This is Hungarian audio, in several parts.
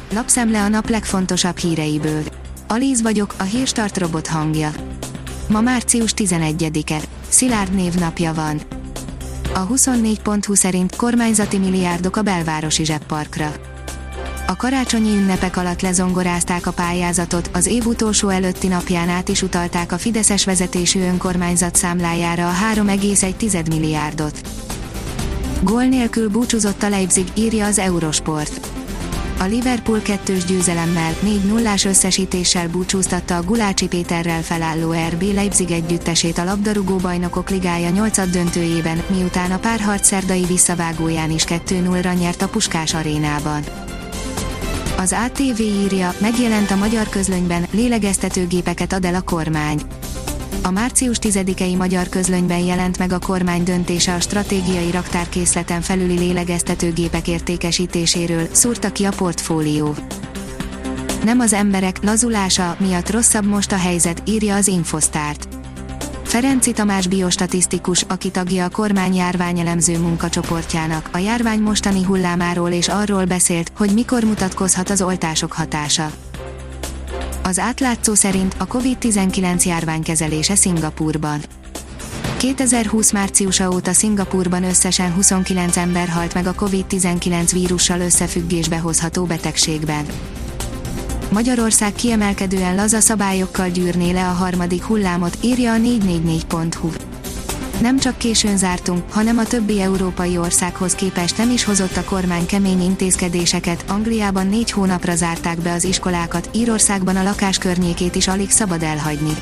Lapszemle a nap legfontosabb híreiből. Alíz vagyok, a Hírstart robot hangja. Ma március 11-e. Szilárd névnapja van. A 24.20 szerint kormányzati milliárdok a belvárosi zsebparkra. A karácsonyi ünnepek alatt lezongorázták a pályázatot, az év utolsó előtti napján át is utalták a fideszes vezetésű önkormányzat számlájára a 3,1 milliárdot. Gól nélkül búcsúzott a Leipzig, írja az Eurosport. A Liverpool 2-s győzelemmel, 4-0-ás összesítéssel búcsúztatta a Gulácsi Péterrel felálló RB Leipzig együttesét a labdarúgó-bajnokok ligája 8. döntőjében, miután a párharc szerdai visszavágóján is 2-0-ra nyert a Puskás arénában. Az ATV írja, megjelent a magyar közlönyben, lélegeztetőgépeket ad el a kormány. A március 10-i magyar közlönyben jelent meg a kormány döntése a stratégiai raktárkészleten felüli lélegeztetőgépek értékesítéséről, szúrta ki a Portfólió. Nem az emberek lazulása miatt rosszabb most a helyzet, írja az Infosztárt. Ferenczy Tamás biostatisztikus, aki tagja a kormány járványelemző munkacsoportjának, a járvány mostani hullámáról és arról beszélt, hogy mikor mutatkozhat az oltások hatása. Az átlátszó szerint a COVID-19 járvány kezelése Szingapúrban. 2020 márciusa óta Szingapúrban összesen 29 ember halt meg a COVID-19 vírussal összefüggésbe hozható betegségben. Magyarország kiemelkedően laza szabályokkal gyűrné le a harmadik hullámot, írja a 444.hu. Nem csak későn zártunk, hanem a többi európai országhoz képest nem is hozott a kormány kemény intézkedéseket, Angliában 4 hónapra zárták be az iskolákat, Írországban a lakás környékét is alig szabad elhagyni.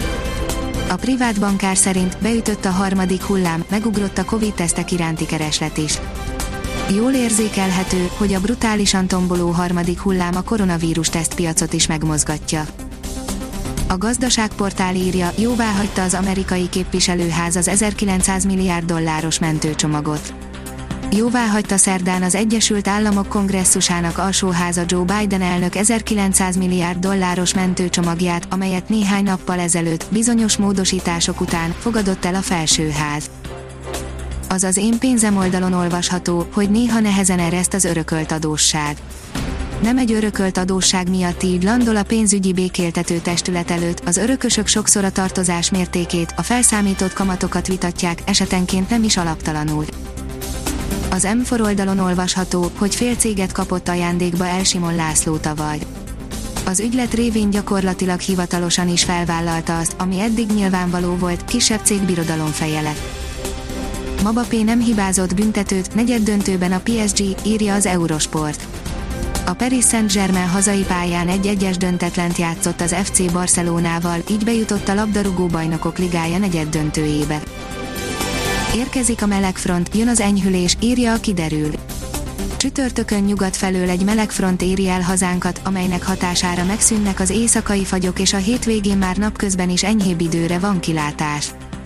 A privát bankár szerint beütött a harmadik hullám, megugrott a Covid-tesztek iránti kereslet is. Jól érzékelhető, hogy a brutálisan tomboló harmadik hullám a koronavírus tesztpiacot is megmozgatja. A gazdaságportál írja, jóváhagyta az amerikai képviselőház az 1900 milliárd dolláros mentőcsomagot. Jóváhagyta szerdán az Egyesült Államok kongresszusának alsóháza Joe Biden elnök 1900 milliárd dolláros mentőcsomagját, amelyet néhány nappal ezelőtt, bizonyos módosítások után fogadott el a felsőház. Az az Én pénzem oldalon olvasható, hogy néha nehezen ereszt az örökölt adósság. Nem egy örökölt adósság miatt így landol a pénzügyi békéltető testület előtt, az örökösök sokszor a tartozás mértékét, a felszámított kamatokat vitatják, esetenként nem is alaptalanul. Az M4 oldalon olvasható, hogy fél céget kapott ajándékba Elsimon László tavaly. Az ügylet révén gyakorlatilag hivatalosan is felvállalta azt, ami eddig nyilvánvaló volt, kisebb cég birodalomfeje lett. Mbappé nem hibázott büntetőt, negyeddöntőben a PSG, írja az Eurosport. A Paris Saint-Germain hazai pályán 1-1-es döntetlent játszott az FC Barcelonával, így bejutott a labdarúgó-bajnokok ligája negyeddöntőjébe. Érkezik a melegfront, jön az enyhülés, írja a Kiderül. Csütörtökön nyugat felől egy melegfront éri el hazánkat, amelynek hatására megszűnnek az éjszakai fagyok és a hétvégén már napközben is enyhébb időre van kilátás.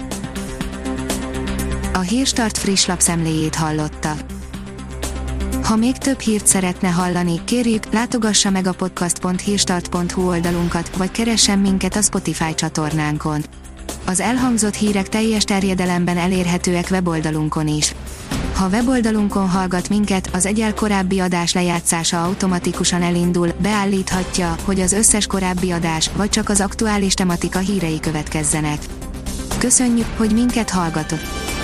A Hírstart friss lapszemléjét hallotta. Ha még több hírt szeretne hallani, kérjük, látogassa meg a podcast.hírstart.hu oldalunkat, vagy keressen minket a Spotify csatornánkon. Az elhangzott hírek teljes terjedelemben elérhetőek weboldalunkon is. Ha weboldalunkon hallgat minket, az egyel korábbi adás lejátszása automatikusan elindul, beállíthatja, hogy az összes korábbi adás, vagy csak az aktuális tematika hírei következzenek. Köszönjük, hogy minket hallgatott!